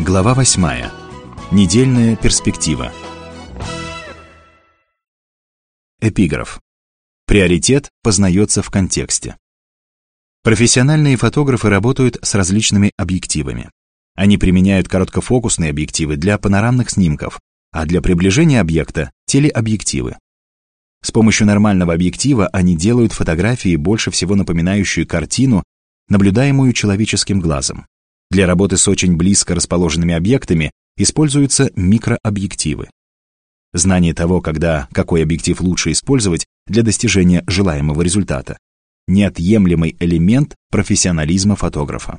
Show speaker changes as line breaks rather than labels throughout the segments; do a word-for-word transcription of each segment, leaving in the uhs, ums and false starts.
Глава восьмая. Недельная перспектива. Эпиграф. Приоритет познается в контексте. Профессиональные фотографы работают с различными объективами. Они применяют короткофокусные объективы для панорамных снимков, а для приближения объекта – телеобъективы. С помощью нормального объектива они делают фотографии, больше всего напоминающие картину, наблюдаемую человеческим глазом. Для работы с очень близко расположенными объектами используются микрообъективы. Знание того, когда какой объектив лучше использовать для достижения желаемого результата – неотъемлемый элемент профессионализма фотографа.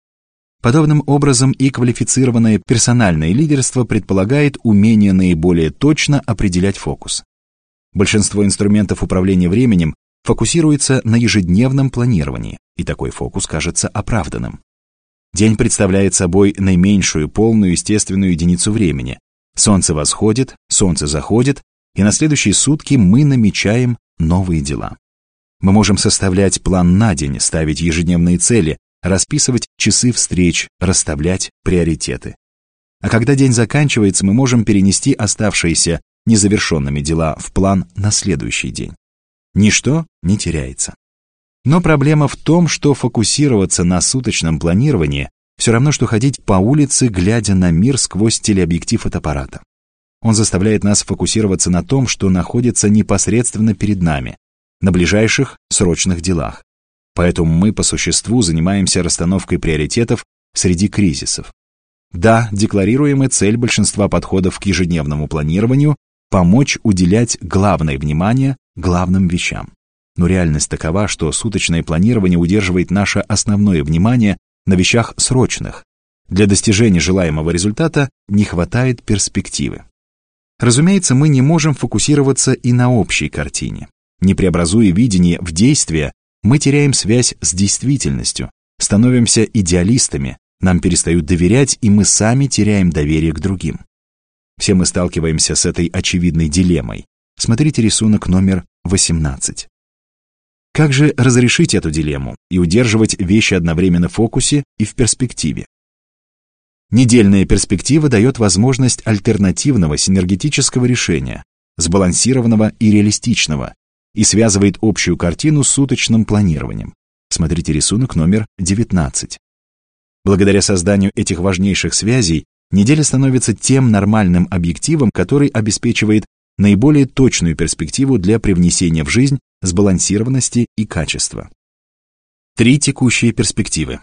Подобным образом и квалифицированное персональное лидерство предполагает умение наиболее точно определять фокус. Большинство инструментов управления временем фокусируется на ежедневном планировании, и такой фокус кажется оправданным. День представляет собой наименьшую полную естественную единицу времени. Солнце восходит, солнце заходит, и на следующие сутки мы намечаем новые дела. Мы можем составлять план на день, ставить ежедневные цели, расписывать часы встреч, расставлять приоритеты. А когда день заканчивается, мы можем перенести оставшиеся незавершенными дела в план на следующий день. Ничто не теряется. Но проблема в том, что фокусироваться на суточном планировании все равно, что ходить по улице, глядя на мир сквозь телеобъектив фотоаппарата. Он заставляет нас фокусироваться на том, что находится непосредственно перед нами, на ближайших срочных делах. Поэтому мы по существу занимаемся расстановкой приоритетов среди кризисов. Да, декларируемая цель большинства подходов к ежедневному планированию – помочь уделять главное внимание главным вещам. Но реальность такова, что суточное планирование удерживает наше основное внимание на вещах срочных. Для достижения желаемого результата не хватает перспективы. Разумеется, мы не можем фокусироваться и на общей картине. Не преобразуя видение в действие, мы теряем связь с действительностью, становимся идеалистами, нам перестают доверять, и мы сами теряем доверие к другим. Все мы сталкиваемся с этой очевидной дилеммой. Смотрите рисунок номер восемнадцать. Как же разрешить эту дилемму и удерживать вещи одновременно в фокусе и в перспективе? Недельная перспектива дает возможность альтернативного синергетического решения, сбалансированного и реалистичного, и связывает общую картину с суточным планированием. Смотрите рисунок номер девятнадцать. Благодаря созданию этих важнейших связей, неделя становится тем нормальным объективом, который обеспечивает наиболее точную перспективу для привнесения в жизнь сбалансированности и качества. Три текущие перспективы.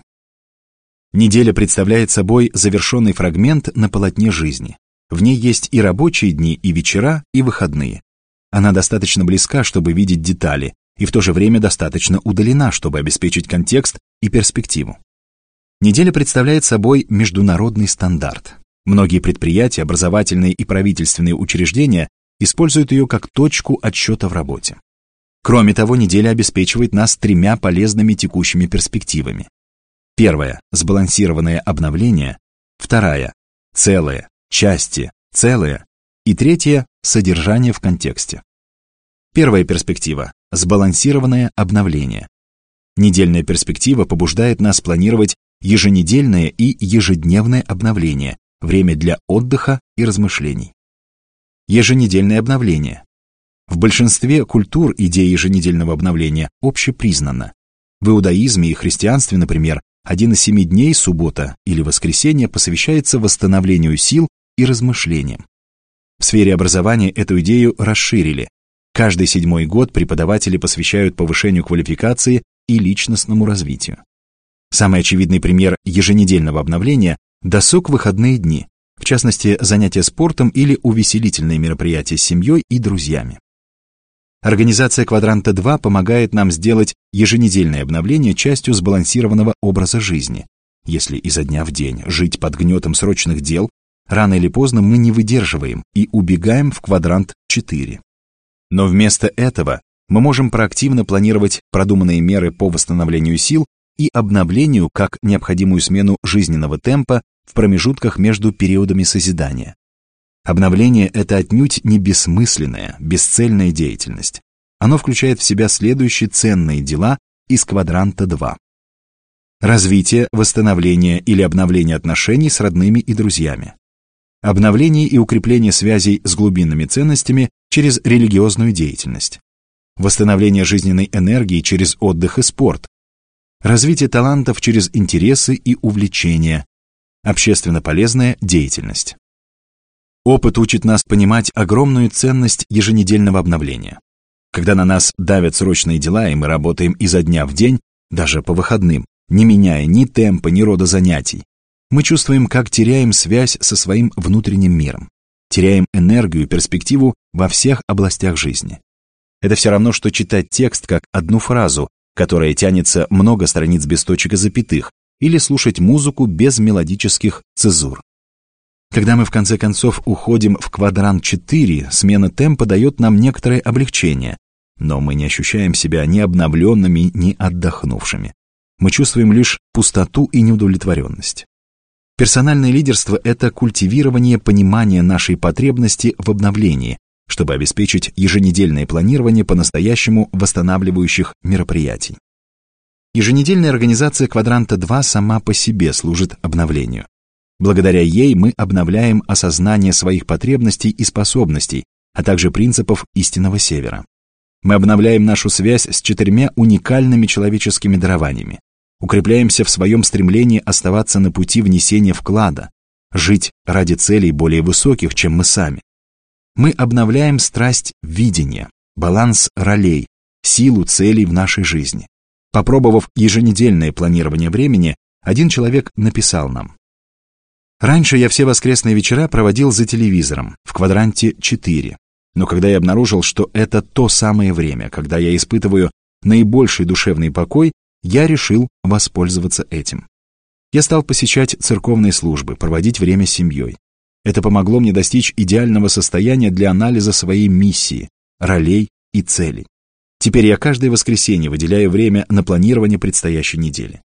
Неделя представляет собой завершенный фрагмент на полотне жизни. В ней есть и рабочие дни, и вечера, и выходные. Она достаточно близка, чтобы видеть детали, и в то же время достаточно удалена, чтобы обеспечить контекст и перспективу. Неделя представляет собой международный стандарт. Многие предприятия, образовательные и правительственные учреждения используют ее как точку отсчета в работе. Кроме того, неделя обеспечивает нас тремя полезными текущими перспективами. Первая – сбалансированное обновление. Вторая – целое, части, целое. И третья – содержание в контексте. Первая перспектива – сбалансированное обновление. Недельная перспектива побуждает нас планировать еженедельное и ежедневное обновление, время для отдыха и размышлений. Еженедельное обновление. В большинстве культур идея еженедельного обновления общепризнана. В иудаизме и христианстве, например, один из семи дней, суббота или воскресенье, посвящается восстановлению сил и размышлениям. В сфере образования эту идею расширили. Каждый седьмой год преподаватели посвящают повышению квалификации и личностному развитию. Самый очевидный пример еженедельного обновления – досуг в выходные дни, в частности, занятия спортом или увеселительные мероприятия с семьей и друзьями. Организация квадранта два помогает нам сделать еженедельное обновление частью сбалансированного образа жизни. Если изо дня в день жить под гнетом срочных дел, рано или поздно мы не выдерживаем и убегаем в квадрант четыре. Но вместо этого мы можем проактивно планировать продуманные меры по восстановлению сил и обновлению как необходимую смену жизненного темпа в промежутках между периодами созидания. Обновление – это отнюдь не бессмысленная, бесцельная деятельность. Оно включает в себя следующие ценные дела из квадранта два. развитие, восстановление или обновление отношений с родными и друзьями, обновление и укрепление связей с глубинными ценностями через религиозную деятельность, восстановление жизненной энергии через отдых и спорт, развитие талантов через интересы и увлечения, общественно полезная деятельность. Опыт учит нас понимать огромную ценность еженедельного обновления. Когда на нас давят срочные дела, и мы работаем изо дня в день, даже по выходным, не меняя ни темпа, ни рода занятий, мы чувствуем, как теряем связь со своим внутренним миром, теряем энергию и перспективу во всех областях жизни. Это все равно, что читать текст как одну фразу, которая тянется много страниц без точек и запятых, или слушать музыку без мелодических цезур. Когда мы в конце концов уходим в квадрант четыре, смена темпа дает нам некоторое облегчение, но мы не ощущаем себя ни обновленными, ни отдохнувшими. Мы чувствуем лишь пустоту и неудовлетворенность. Персональное лидерство – это культивирование понимания нашей потребности в обновлении, чтобы обеспечить еженедельное планирование по-настоящему восстанавливающих мероприятий. Еженедельная организация квадранта два сама по себе служит обновлению. Благодаря ей мы обновляем осознание своих потребностей и способностей, а также принципов истинного севера. Мы обновляем нашу связь с четырьмя уникальными человеческими дарованиями, укрепляемся в своем стремлении оставаться на пути внесения вклада, жить ради целей более высоких, чем мы сами. Мы обновляем страсть видения, баланс ролей, силу целей в нашей жизни. Попробовав еженедельное планирование времени, один человек написал нам: «Раньше я все воскресные вечера проводил за телевизором, в квадранте четыре. Но когда я обнаружил, что это то самое время, когда я испытываю наибольший душевный покой, я решил воспользоваться этим. Я стал посещать церковные службы, проводить время с семьей. Это помогло мне достичь идеального состояния для анализа своей миссии, ролей и целей. Теперь я каждое воскресенье выделяю время на планирование предстоящей недели».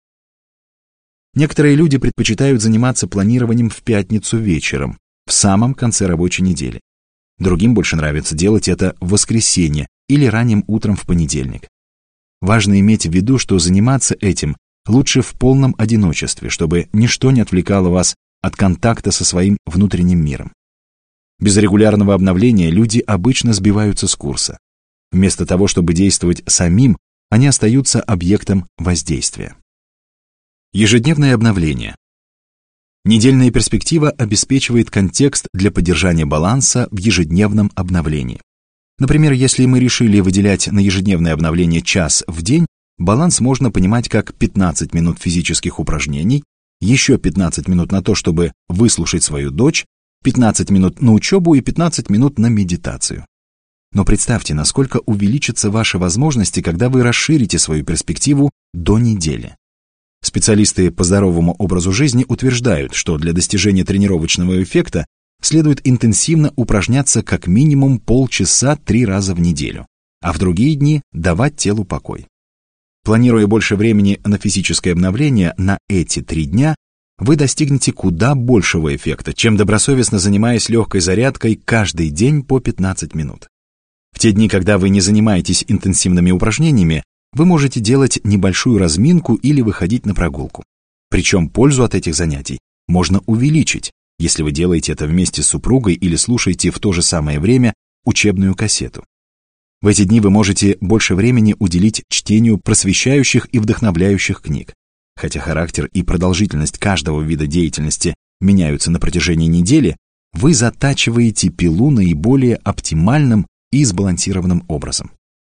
Некоторые люди предпочитают заниматься планированием в пятницу вечером, в самом конце рабочей недели. Другим больше нравится делать это в воскресенье или ранним утром в понедельник. Важно иметь в виду, что заниматься этим лучше в полном одиночестве, чтобы ничто не отвлекало вас от контакта со своим внутренним миром. Без регулярного обновления люди обычно сбиваются с курса. Вместо того, чтобы действовать самим, они остаются объектом воздействия. Ежедневное обновление. Недельная перспектива обеспечивает контекст для поддержания баланса в ежедневном обновлении. Например, если мы решили выделять на ежедневное обновление час в день, баланс можно понимать как пятнадцать минут физических упражнений, еще пятнадцать минут на то, чтобы выслушать свою дочь, пятнадцать минут на учебу и пятнадцать минут на медитацию. Но представьте, насколько увеличатся ваши возможности, когда вы расширите свою перспективу до недели. Специалисты по здоровому образу жизни утверждают, что для достижения тренировочного эффекта следует интенсивно упражняться как минимум полчаса три раза в неделю, а в другие дни давать телу покой. Планируя больше времени на физическое обновление на эти три дня, вы достигнете куда большего эффекта, чем добросовестно занимаясь легкой зарядкой каждый день по пятнадцать минут. В те дни, когда вы не занимаетесь интенсивными упражнениями, вы можете делать небольшую разминку или выходить на прогулку. Причем пользу от этих занятий можно увеличить, если вы делаете это вместе с супругой или слушаете в то же самое время учебную кассету. В эти дни вы можете больше времени уделить чтению просвещающих и вдохновляющих книг. Хотя характер и продолжительность каждого вида деятельности меняются на протяжении недели, вы затачиваете пилу наиболее оптимальным и сбалансированным образом.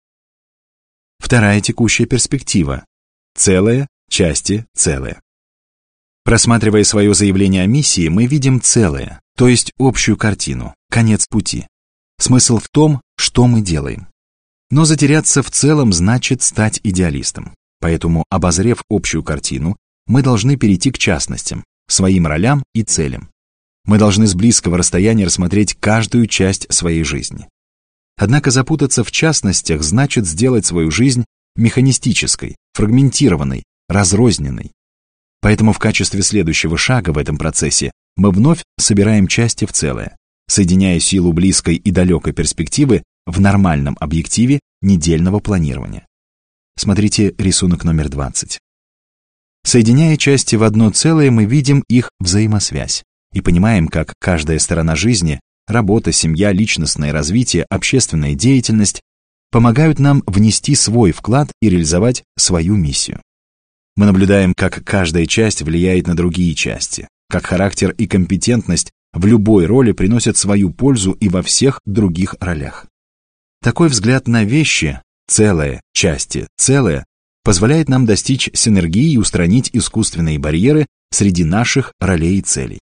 Вторая текущая перспектива. Целое, части, целое. Просматривая свое заявление о миссии, мы видим целое, то есть общую картину, конец пути. Смысл в том, что мы делаем. Но затеряться в целом значит стать идеалистом. Поэтому, обозрев общую картину, мы должны перейти к частностям, своим ролям и целям. Мы должны с близкого расстояния рассмотреть каждую часть своей жизни. Однако запутаться в частностях значит сделать свою жизнь механистической, фрагментированной, разрозненной. Поэтому в качестве следующего шага в этом процессе мы вновь собираем части в целое, соединяя силу близкой и далекой перспективы в нормальном объективе недельного планирования. Смотрите рисунок номер двадцать. Соединяя части в одно целое, мы видим их взаимосвязь и понимаем, как каждая сторона жизни – работа, семья, личностное развитие, общественная деятельность – помогают нам внести свой вклад и реализовать свою миссию. Мы наблюдаем, как каждая часть влияет на другие части, как характер и компетентность в любой роли приносят свою пользу и во всех других ролях. Такой взгляд на вещи, целое, части, целое, позволяет нам достичь синергии и устранить искусственные барьеры среди наших ролей и целей.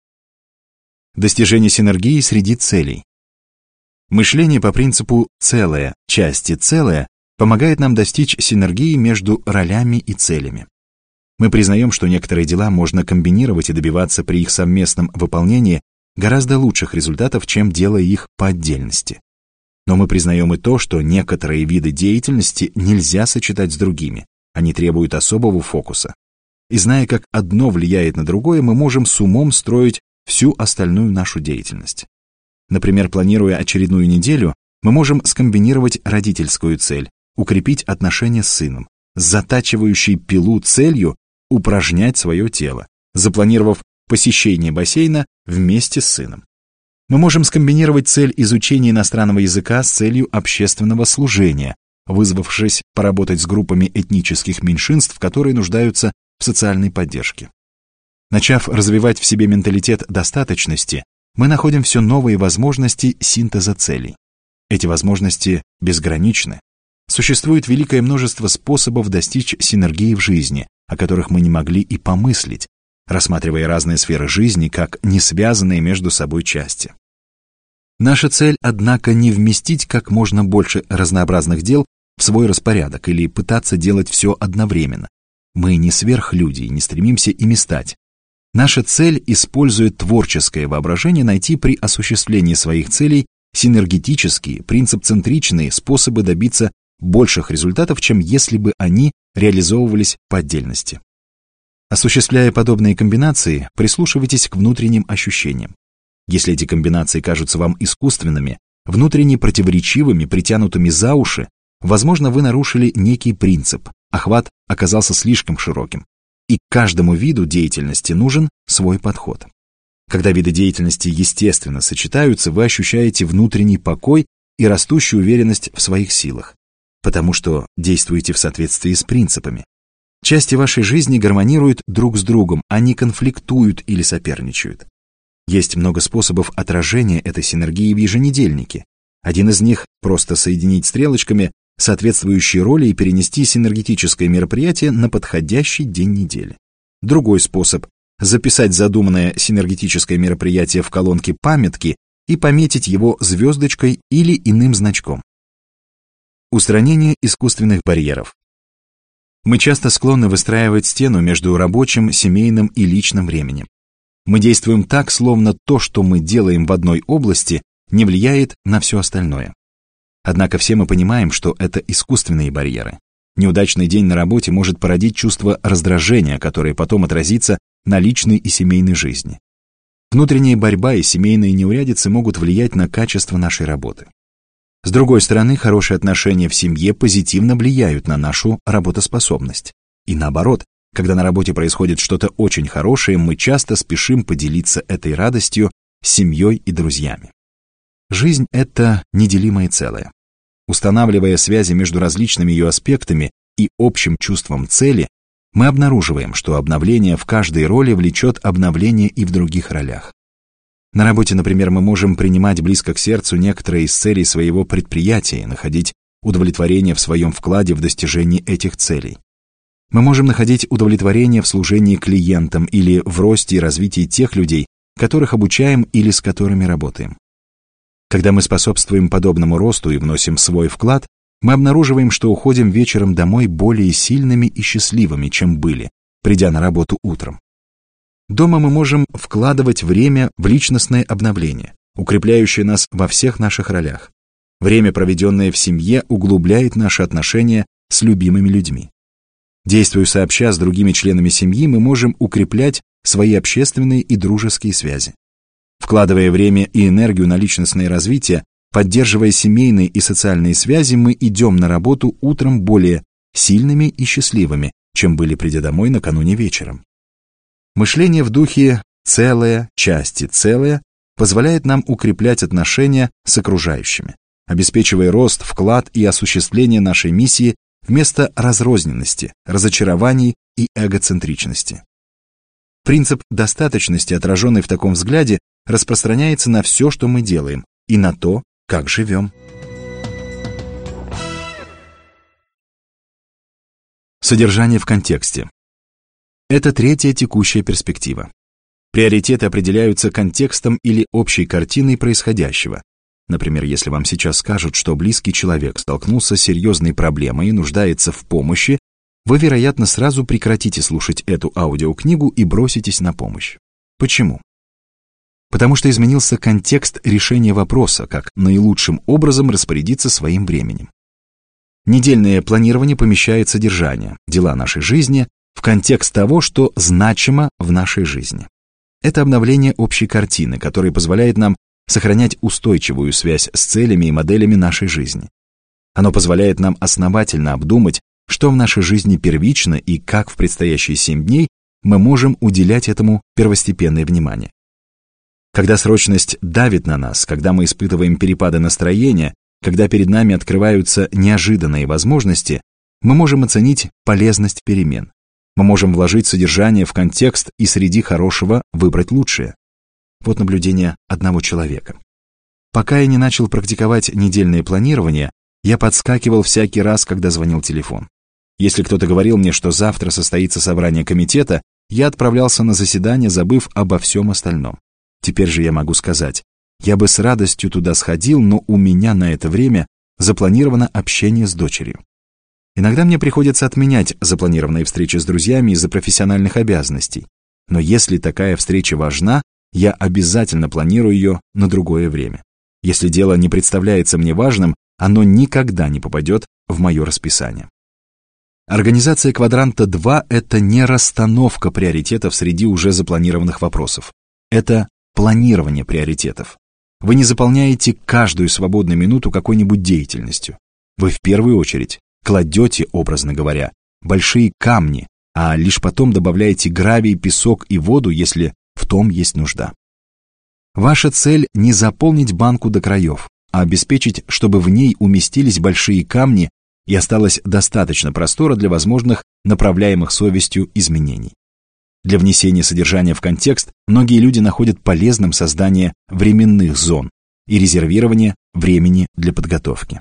Достижение синергии среди целей. Мышление по принципу «целое, части, целое» помогает нам достичь синергии между ролями и целями. Мы признаем, что некоторые дела можно комбинировать и добиваться при их совместном выполнении гораздо лучших результатов, чем делая их по отдельности. Но мы признаем и то, что некоторые виды деятельности нельзя сочетать с другими, они требуют особого фокуса. И зная, как одно влияет на другое, мы можем с умом строить всю остальную нашу деятельность. Например, планируя очередную неделю, мы можем скомбинировать родительскую цель, укрепить отношения с сыном, с затачивающей пилу целью упражнять свое тело, запланировав посещение бассейна вместе с сыном. Мы можем скомбинировать цель изучения иностранного языка с целью общественного служения, вызвавшись поработать с группами этнических меньшинств, которые нуждаются в социальной поддержке. Начав развивать в себе менталитет достаточности, мы находим все новые возможности синтеза целей. Эти возможности безграничны. Существует великое множество способов достичь синергии в жизни, о которых мы не могли и помыслить, рассматривая разные сферы жизни как несвязанные между собой части. Наша цель, однако, не вместить как можно больше разнообразных дел в свой распорядок или пытаться делать все одновременно. Мы не сверхлюди и не стремимся ими стать. Наша цель, используя творческое воображение, найти при осуществлении своих целей синергетические, принцип-центричные способы добиться больших результатов, чем если бы они реализовывались по отдельности. Осуществляя подобные комбинации, прислушивайтесь к внутренним ощущениям. Если эти комбинации кажутся вам искусственными, внутренне противоречивыми, притянутыми за уши, возможно, вы нарушили некий принцип, охват оказался слишком широким, и к каждому виду деятельности нужен свой подход. Когда виды деятельности естественно сочетаются, вы ощущаете внутренний покой и растущую уверенность в своих силах, потому что действуете в соответствии с принципами. Части вашей жизни гармонируют друг с другом, а не конфликтуют или соперничают. Есть много способов отражения этой синергии в еженедельнике. Один из них – просто соединить стрелочками соответствующие роли и перенести синергетическое мероприятие на подходящий день недели. Другой способ – записать задуманное синергетическое мероприятие в колонке «Памятки» и пометить его звездочкой или иным значком. Устранение искусственных барьеров. Мы часто склонны выстраивать стену между рабочим, семейным и личным временем. Мы действуем так, словно то, что мы делаем в одной области, не влияет на все остальное. Однако все мы понимаем, что это искусственные барьеры. Неудачный день на работе может породить чувство раздражения, которое потом отразится на личной и семейной жизни. Внутренняя борьба и семейные неурядицы могут влиять на качество нашей работы. С другой стороны, хорошие отношения в семье позитивно влияют на нашу работоспособность. И наоборот, когда на работе происходит что-то очень хорошее, мы часто спешим поделиться этой радостью с семьей и друзьями. Жизнь — это неделимое целое. Устанавливая связи между различными ее аспектами и общим чувством цели, мы обнаруживаем, что обновление в каждой роли влечет обновление и в других ролях. На работе, например, мы можем принимать близко к сердцу некоторые из целей своего предприятия и находить удовлетворение в своем вкладе в достижении этих целей. Мы можем находить удовлетворение в служении клиентам или в росте и развитии тех людей, которых обучаем или с которыми работаем. Когда мы способствуем подобному росту и вносим свой вклад, мы обнаруживаем, что уходим вечером домой более сильными и счастливыми, чем были, придя на работу утром. Дома мы можем вкладывать время в личностное обновление, укрепляющее нас во всех наших ролях. Время, проведенное в семье, углубляет наши отношения с любимыми людьми. Действуя сообща с другими членами семьи, мы можем укреплять свои общественные и дружеские связи. Вкладывая время и энергию на личностное развитие, поддерживая семейные и социальные связи, мы идем на работу утром более сильными и счастливыми, чем были, придя домой накануне вечером. Мышление в духе «целое, части целое» позволяет нам укреплять отношения с окружающими, обеспечивая рост, вклад и осуществление нашей миссии вместо разрозненности, разочарований и эгоцентричности. Принцип достаточности, отраженный в таком взгляде, распространяется на все, что мы делаем, и на то, как живем. Содержание в контексте. Это третья текущая перспектива. Приоритеты определяются контекстом или общей картиной происходящего. Например, если вам сейчас скажут, что близкий человек столкнулся с серьезной проблемой и нуждается в помощи, вы, вероятно, сразу прекратите слушать эту аудиокнигу и броситесь на помощь. Почему? Потому что изменился контекст решения вопроса, как наилучшим образом распорядиться своим временем. Недельное планирование помещает содержание, дела нашей жизни, в контекст того, что значимо в нашей жизни. Это обновление общей картины, которая позволяет нам сохранять устойчивую связь с целями и моделями нашей жизни. Оно позволяет нам основательно обдумать, что в нашей жизни первично и как в предстоящие семь дней мы можем уделять этому первостепенное внимание. Когда срочность давит на нас, когда мы испытываем перепады настроения, когда перед нами открываются неожиданные возможности, мы можем оценить полезность перемен. Мы можем вложить содержание в контекст и среди хорошего выбрать лучшее. Вот наблюдение одного человека. Пока я не начал практиковать недельное планирование, я подскакивал всякий раз, когда звонил телефон. Если кто-то говорил мне, что завтра состоится собрание комитета, я отправлялся на заседание, забыв обо всем остальном. Теперь же я могу сказать, я бы с радостью туда сходил, но у меня на это время запланировано общение с дочерью. Иногда мне приходится отменять запланированные встречи с друзьями из-за профессиональных обязанностей. Но если такая встреча важна, я обязательно планирую ее на другое время. Если дело не представляется мне важным, оно никогда не попадет в мое расписание. Организация квадранта два – это не расстановка приоритетов среди уже запланированных вопросов. Это планирование приоритетов. Вы не заполняете каждую свободную минуту какой-нибудь деятельностью. Вы в первую очередь кладете, образно говоря, большие камни, а лишь потом добавляете гравий, песок и воду, если в том есть нужда. Ваша цель не заполнить банку до краев, а обеспечить, чтобы в ней уместились большие камни и осталось достаточно простора для возможных направляемых совестью изменений. Для внесения содержания в контекст многие люди находят полезным создание временных зон и резервирование времени для подготовки.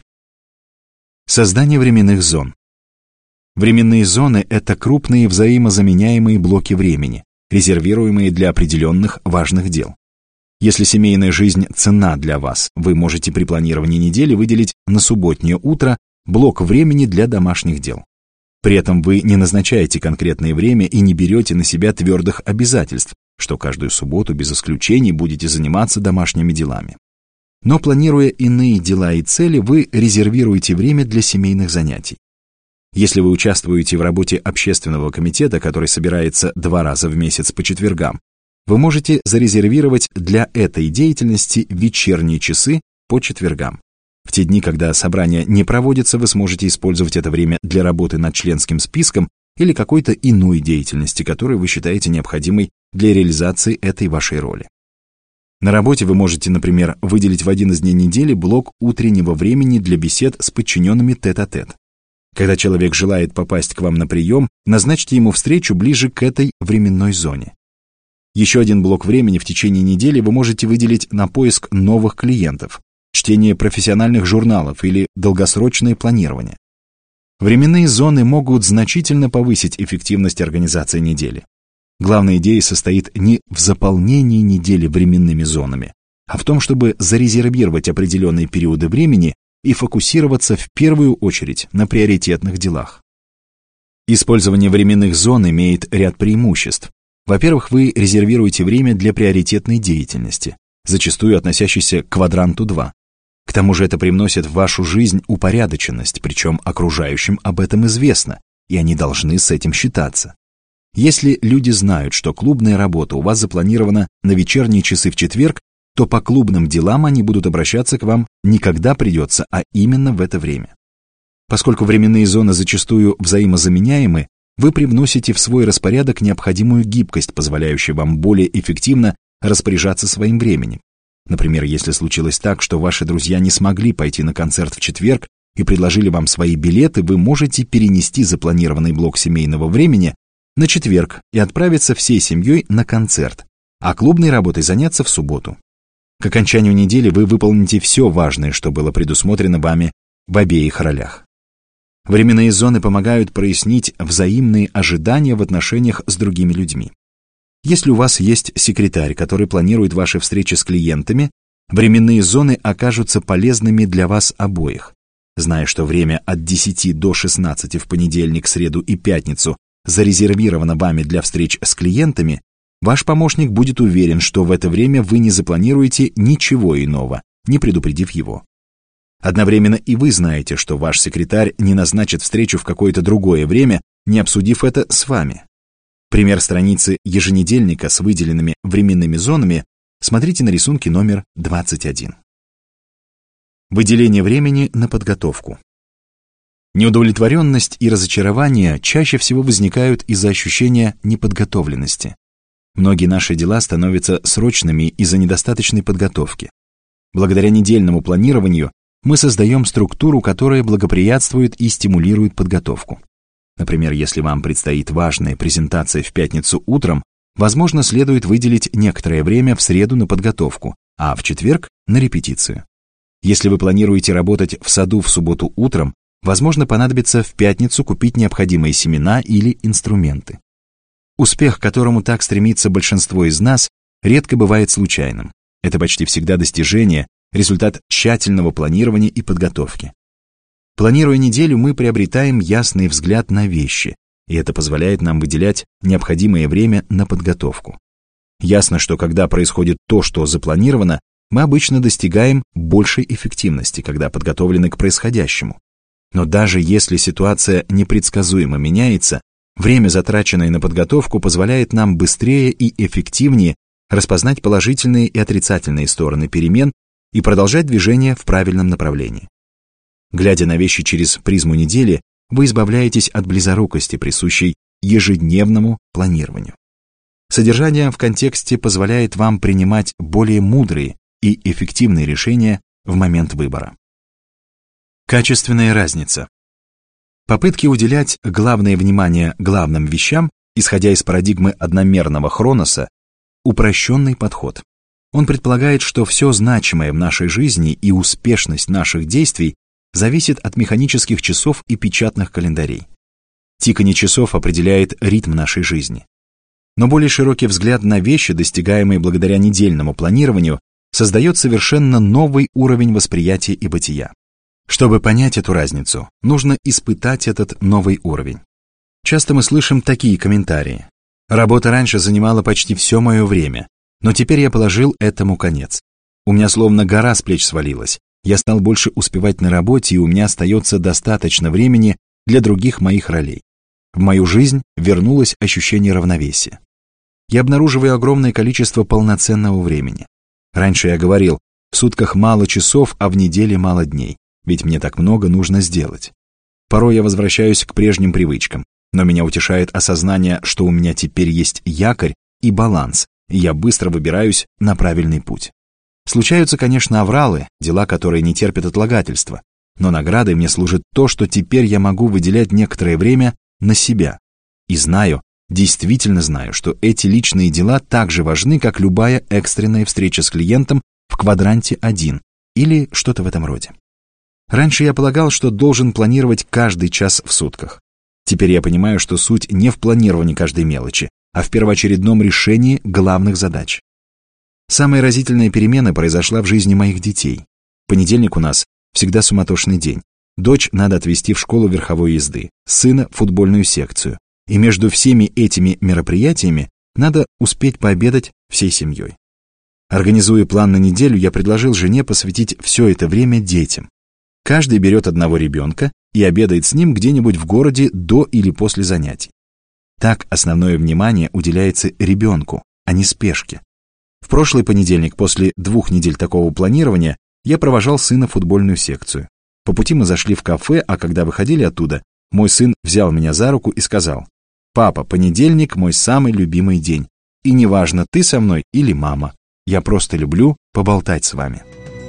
Создание временных зон. Временные зоны – это крупные взаимозаменяемые блоки времени, резервируемые для определенных важных дел. Если семейная жизнь ценна для вас, вы можете при планировании недели выделить на субботнее утро блок времени для домашних дел. При этом вы не назначаете конкретное время и не берете на себя твердых обязательств, что каждую субботу без исключений будете заниматься домашними делами. Но планируя иные дела и цели, вы резервируете время для семейных занятий. Если вы участвуете в работе общественного комитета, который собирается два раза в месяц по четвергам, вы можете зарезервировать для этой деятельности вечерние часы по четвергам. В те дни, когда собрание не проводится, вы сможете использовать это время для работы над членским списком или какой-то иной деятельности, которую вы считаете необходимой для реализации этой вашей роли. На работе вы можете, например, выделить в один из дней недели блок утреннего времени для бесед с подчиненными тет-а-тет. Когда человек желает попасть к вам на прием, назначьте ему встречу ближе к этой временной зоне. Еще один блок времени в течение недели вы можете выделить на поиск новых клиентов, чтение профессиональных журналов или долгосрочное планирование. Временные зоны могут значительно повысить эффективность организации недели. Главная идея состоит не в заполнении недели временными зонами, а в том, чтобы зарезервировать определенные периоды времени и фокусироваться в первую очередь на приоритетных делах. Использование временных зон имеет ряд преимуществ. Во-первых, вы резервируете время для приоритетной деятельности, зачастую относящейся к квадранту два. К тому же это привносит в вашу жизнь упорядоченность, причем окружающим об этом известно, и они должны с этим считаться. Если люди знают, что клубная работа у вас запланирована на вечерние часы в четверг, то по клубным делам они будут обращаться к вам не когда придется, а именно в это время. Поскольку временные зоны зачастую взаимозаменяемы, вы привносите в свой распорядок необходимую гибкость, позволяющую вам более эффективно распоряжаться своим временем. Например, если случилось так, что ваши друзья не смогли пойти на концерт в четверг и предложили вам свои билеты, вы можете перенести запланированный блок семейного времени на четверг и отправиться всей семьей на концерт, а клубной работой заняться в субботу. К окончанию недели вы выполните все важное, что было предусмотрено вами в обеих ролях. Временные зоны помогают прояснить взаимные ожидания в отношениях с другими людьми. Если у вас есть секретарь, который планирует ваши встречи с клиентами, временные зоны окажутся полезными для вас обоих. Зная, что время от десяти до шестнадцати в понедельник, среду и пятницу зарезервировано вами для встреч с клиентами, ваш помощник будет уверен, что в это время вы не запланируете ничего иного, не предупредив его. Одновременно и вы знаете, что ваш секретарь не назначит встречу в какое-то другое время, не обсудив это с вами. Пример страницы еженедельника с выделенными временными зонами смотрите на рисунке номер двадцать один. Выделение времени на подготовку. Неудовлетворенность и разочарование чаще всего возникают из-за ощущения неподготовленности. Многие наши дела становятся срочными из-за недостаточной подготовки. Благодаря недельному планированию мы создаем структуру, которая благоприятствует и стимулирует подготовку. Например, если вам предстоит важная презентация в пятницу утром, возможно, следует выделить некоторое время в среду на подготовку, а в четверг — на репетицию. Если вы планируете работать в саду в субботу утром, возможно, понадобится в пятницу купить необходимые семена или инструменты. Успех, к которому так стремится большинство из нас, редко бывает случайным. Это почти всегда достижение, результат тщательного планирования и подготовки. Планируя неделю, мы приобретаем ясный взгляд на вещи, и это позволяет нам выделять необходимое время на подготовку. Ясно, что когда происходит то, что запланировано, мы обычно достигаем большей эффективности, когда подготовлены к происходящему. Но даже если ситуация непредсказуемо меняется, время, затраченное на подготовку, позволяет нам быстрее и эффективнее распознать положительные и отрицательные стороны перемен и продолжать движение в правильном направлении. Глядя на вещи через призму недели, вы избавляетесь от близорукости, присущей ежедневному планированию. Содержание в контексте позволяет вам принимать более мудрые и эффективные решения в момент выбора. Качественная разница. Попытки уделять главное внимание главным вещам, исходя из парадигмы одномерного хроноса, упрощенный подход. Он предполагает, что все значимое в нашей жизни и успешность наших действий зависит от механических часов и печатных календарей. Тиканье часов определяет ритм нашей жизни. Но более широкий взгляд на вещи, достигаемый благодаря недельному планированию, создает совершенно новый уровень восприятия и бытия. Чтобы понять эту разницу, нужно испытать этот новый уровень. Часто мы слышим такие комментарии. Работа раньше занимала почти все мое время, но теперь я положил этому конец. У меня словно гора с плеч свалилась. Я стал больше успевать на работе, и у меня остается достаточно времени для других моих ролей. В мою жизнь вернулось ощущение равновесия. Я обнаруживаю огромное количество полноценного времени. Раньше я говорил, в сутках мало часов, а в неделе мало дней, ведь мне так много нужно сделать. Порой я возвращаюсь к прежним привычкам, но меня утешает осознание, что у меня теперь есть якорь и баланс, и я быстро выбираюсь на правильный путь. Случаются, конечно, авралы, дела, которые не терпят отлагательства, но наградой мне служит то, что теперь я могу выделять некоторое время на себя. И знаю, действительно знаю, что эти личные дела так же важны, как любая экстренная встреча с клиентом в квадранте один или что-то в этом роде. Раньше я полагал, что должен планировать каждый час в сутках. Теперь я понимаю, что суть не в планировании каждой мелочи, а в первоочередном решении главных задач. Самая разительная перемена произошла в жизни моих детей. Понедельник у нас всегда суматошный день. Дочь надо отвезти в школу верховой езды, сына в футбольную секцию. И между всеми этими мероприятиями надо успеть пообедать всей семьей. Организуя план на неделю, я предложил жене посвятить все это время детям. Каждый берет одного ребенка и обедает с ним где-нибудь в городе до или после занятий. Так основное внимание уделяется ребенку, а не спешке. В прошлый понедельник, после двух недель такого планирования, я провожал сына в футбольную секцию. По пути мы зашли в кафе, а когда выходили оттуда, мой сын взял меня за руку и сказал: «Папа, понедельник – мой самый любимый день. И неважно, ты со мной или мама. Я просто люблю поболтать с вами».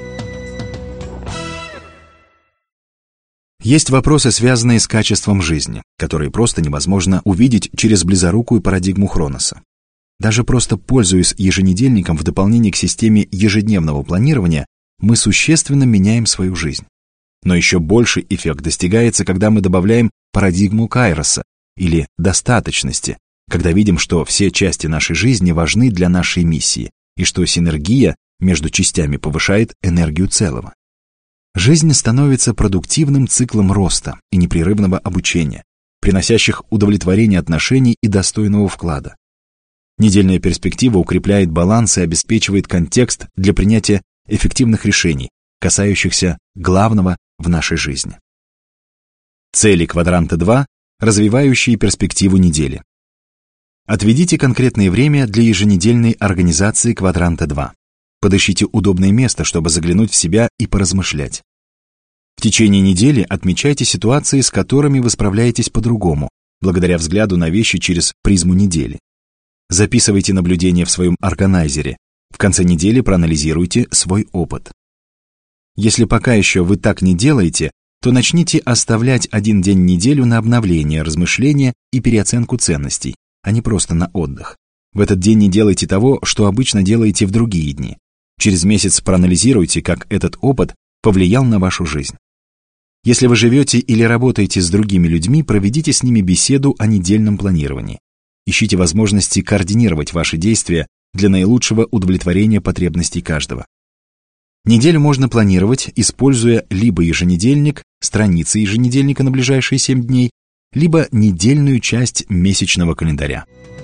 Есть вопросы, связанные с качеством жизни, которые просто невозможно увидеть через близорукую парадигму Хроноса. Даже просто пользуясь еженедельником в дополнение к системе ежедневного планирования, мы существенно меняем свою жизнь. Но еще больший эффект достигается, когда мы добавляем парадигму Кайроса или достаточности, когда видим, что все части нашей жизни важны для нашей миссии и что синергия между частями повышает энергию целого. Жизнь становится продуктивным циклом роста и непрерывного обучения, приносящих удовлетворение отношений и достойного вклада. Недельная перспектива укрепляет баланс и обеспечивает контекст для принятия эффективных решений, касающихся главного в нашей жизни. Цели квадранта два, развивающие перспективу недели. Отведите конкретное время для еженедельной организации квадранта два. Подыщите удобное место, чтобы заглянуть в себя и поразмышлять. В течение недели отмечайте ситуации, с которыми вы справляетесь по-другому, благодаря взгляду на вещи через призму недели. Записывайте наблюдения в своем органайзере. В конце недели проанализируйте свой опыт. Если пока еще вы так не делаете, то начните оставлять один день в неделю на обновление, размышления и переоценку ценностей, а не просто на отдых. В этот день не делайте того, что обычно делаете в другие дни. Через месяц проанализируйте, как этот опыт повлиял на вашу жизнь. Если вы живете или работаете с другими людьми, проведите с ними беседу о недельном планировании. Ищите возможности координировать ваши действия для наилучшего удовлетворения потребностей каждого. Неделю можно планировать, используя либо еженедельник, страницы еженедельника на ближайшие семь дней, либо недельную часть месячного календаря.